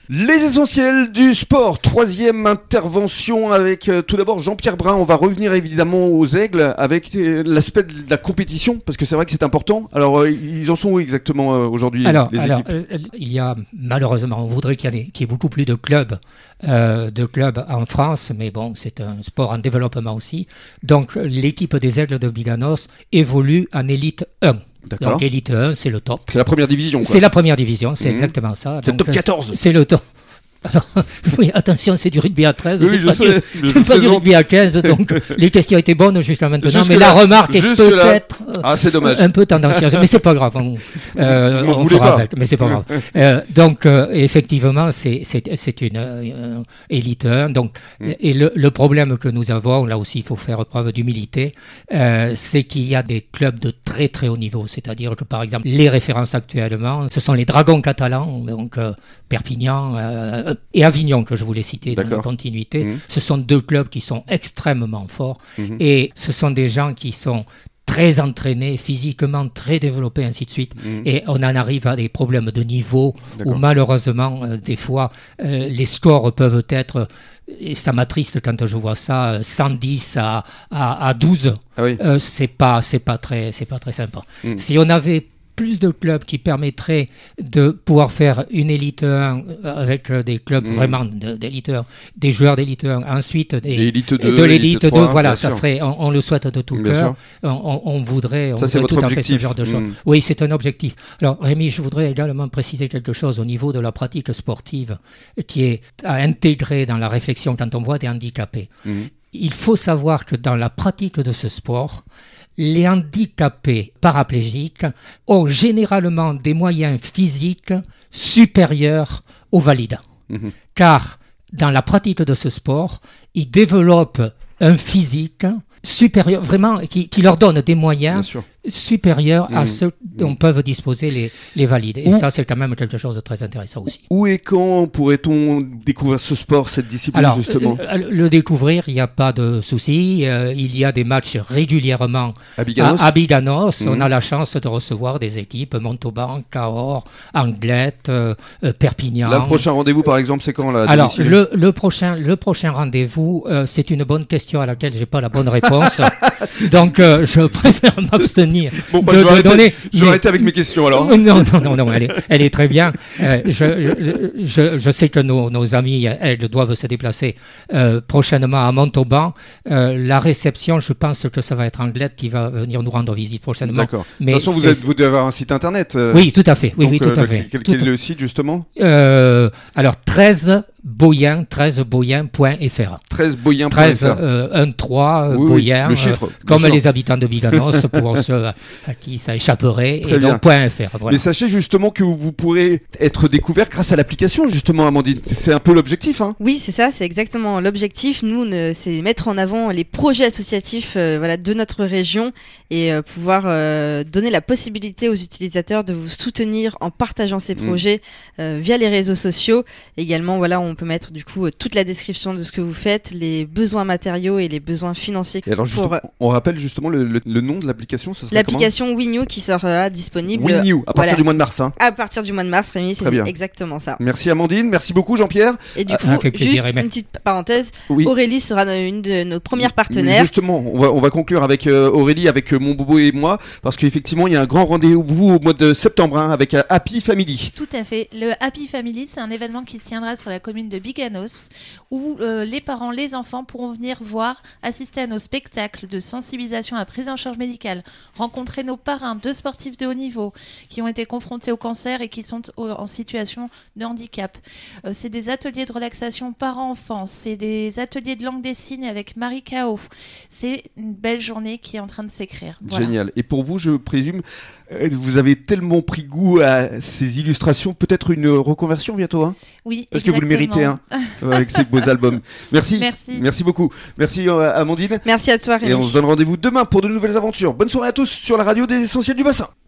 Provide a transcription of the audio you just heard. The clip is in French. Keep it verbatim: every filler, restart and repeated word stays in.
Les essentiels du sport, troisième intervention avec euh, tout d'abord Jean-Pierre Brun. On va revenir évidemment aux Aigles avec euh, l'aspect de la compétition parce que c'est vrai que c'est important. Alors euh, ils en sont où exactement euh, aujourd'hui alors, les alors, équipes euh, il y a malheureusement, on voudrait qu'il y, ait, qu'il y ait beaucoup plus de clubs, euh, de clubs en France, mais bon, c'est un sport en développement aussi. Donc l'équipe des Aigles de Biganos évolue en élite un. D'accord. Donc élite un, c'est le top. C'est la première division quoi. C'est la première division, c'est mmh. exactement ça. C'est donc, le top quatorze. C'est le top. Alors, oui, attention, c'est du rugby à treize, oui, c'est, je pas, sais, du, c'est pas du rugby à quinze, donc les questions étaient bonnes jusqu'à maintenant, jusque mais là, la remarque est peut-être ah, c'est dommage. un peu tendancieuse, mais c'est pas grave, on, euh, on fera pas. Avec, mais c'est pas grave. Euh, donc, euh, effectivement, c'est, c'est, c'est une euh, élite un, donc, mm. et le, le problème que nous avons, là aussi, il faut faire preuve d'humilité, euh, c'est qu'il y a des clubs de très très haut niveau, c'est-à-dire que, par exemple, les références actuellement, ce sont les Dragons catalans, donc euh, Perpignan euh, et Avignon, que je voulais citer dans la continuité. Mmh. Ce sont deux clubs qui sont extrêmement forts mmh. et ce sont des gens qui sont très entraînés, physiquement très développés, ainsi de suite. Mmh. Et on en arrive à des problèmes de niveau D'accord. où malheureusement, euh, des fois, euh, les scores peuvent être, et ça m'attriste quand je vois ça, cent dix à, à, à douze. Ah oui. euh, c'est pas, c'est pas très, c'est pas très sympa. Mmh. Si on avait plus de clubs qui permettraient de pouvoir faire une élite un avec des clubs mmh. vraiment de, d'élite un, des joueurs d'élite un, ensuite des, l'élite deux, de l'élite deux, trois, voilà, ça sûr. serait, on, on le souhaite de tout cœur, on, on voudrait, on ça, voudrait tout objectif. en fait ce genre de choses. Mmh. Oui, c'est un objectif. Alors Rémi, je voudrais également préciser quelque chose au niveau de la pratique sportive qui est à intégrer dans la réflexion quand on voit des handicapés. Mmh. Il faut savoir que dans la pratique de ce sport, les handicapés paraplégiques ont généralement des moyens physiques supérieurs aux valides. Mmh. Car dans la pratique de ce sport, ils développent un physique supérieur, vraiment, qui, qui leur donne des moyens supérieurs mmh. à ceux dont mmh. peuvent disposer les, les valides. Et où, ça, c'est quand même quelque chose de très intéressant aussi. Où et quand pourrait-on découvrir ce sport, cette discipline, Alors, justement le, le découvrir, il n'y a pas de souci. Euh, il y a des matchs régulièrement à Biganos. À, à Biganos. Mmh. On a la chance de recevoir des équipes Montauban, Cahors, Anglette, euh, Perpignan. Le prochain rendez-vous, par exemple, c'est quand là, Alors, le, le, prochain, le prochain rendez-vous, euh, c'est une bonne question à laquelle je n'ai pas la bonne réponse. Donc, euh, je préfère m'abstenir. Bon, bah, de, je vais de donner, mais... arrêter avec mes questions alors. Non, non, non, non elle, est, elle est très bien. Euh, je, je, je sais que nos, nos amis, elles doivent se déplacer euh, prochainement à Montauban. Euh, la réception, je pense que ça va être Anglette qui va venir nous rendre visite prochainement. D'accord. Mais de toute façon, vous, êtes, vous devez avoir un site internet. Euh... Oui, tout à fait. Oui, Donc, oui, tout euh, à fait. Quel, tout quel est le site justement euh, Alors, treize Boyen, treize boyen point f r. treize boyen point f r. treize, euh, un trois, oui, Boyen, le chiffre, euh, comme sûr. Les habitants de Biganos, pour ceux à qui ça échapperait, Très et bien. donc point .fr. Voilà. Mais sachez justement que vous pourrez être découvert grâce à l'application, justement, Amandine. C'est un peu l'objectif, hein ? Oui, c'est ça, c'est exactement l'objectif. Nous, c'est mettre en avant les projets associatifs euh, voilà, de notre région et euh, pouvoir euh, donner la possibilité aux utilisateurs de vous soutenir en partageant ces projets mmh. euh, via les réseaux sociaux. Également, voilà, on peut mettre du coup toute la description de ce que vous faites, les besoins matériaux et les besoins financiers. Et alors, pour... on rappelle justement le, le, le nom de l'application, ce serait l'application WeNew qui sera disponible. WeNew, à partir voilà. du mois de mars. Hein. À partir du mois de mars, Rémi, c'est bien. exactement ça. Merci Amandine, merci beaucoup Jean-Pierre. Et du coup, ah, plaisir, juste Rémi. une petite parenthèse, oui. Aurélie sera une de nos premières partenaires. Justement, on va, on va conclure avec euh, Aurélie, avec euh, mon bobo et moi, parce qu'effectivement, il y a un grand rendez-vous au mois de septembre hein, avec euh, Happy Family. Tout à fait. Le Happy Family, c'est un événement qui se tiendra sur la commune de Biganos, où euh, les parents, les enfants pourront venir voir, assister à nos spectacles de sensibilisation à la prise en charge médicale, rencontrer nos parrains, deux sportifs de haut niveau qui ont été confrontés au cancer et qui sont au, en situation de handicap. Euh, c'est des ateliers de relaxation parents-enfants, c'est des ateliers de langue des signes avec Marie Cao. C'est une belle journée qui est en train de s'écrire. Voilà. Génial. Et pour vous, je présume, vous avez tellement pris goût à ces illustrations, peut-être une reconversion bientôt, hein ? Oui, parce exactement. Que vous le méritez, hein, avec ces beaux albums. Merci. Merci. Merci beaucoup. Merci euh, Amandine. Merci à toi Rémi. Et on se donne rendez-vous demain pour de nouvelles aventures. Bonne soirée à tous sur la radio des Essentiels du Bassin.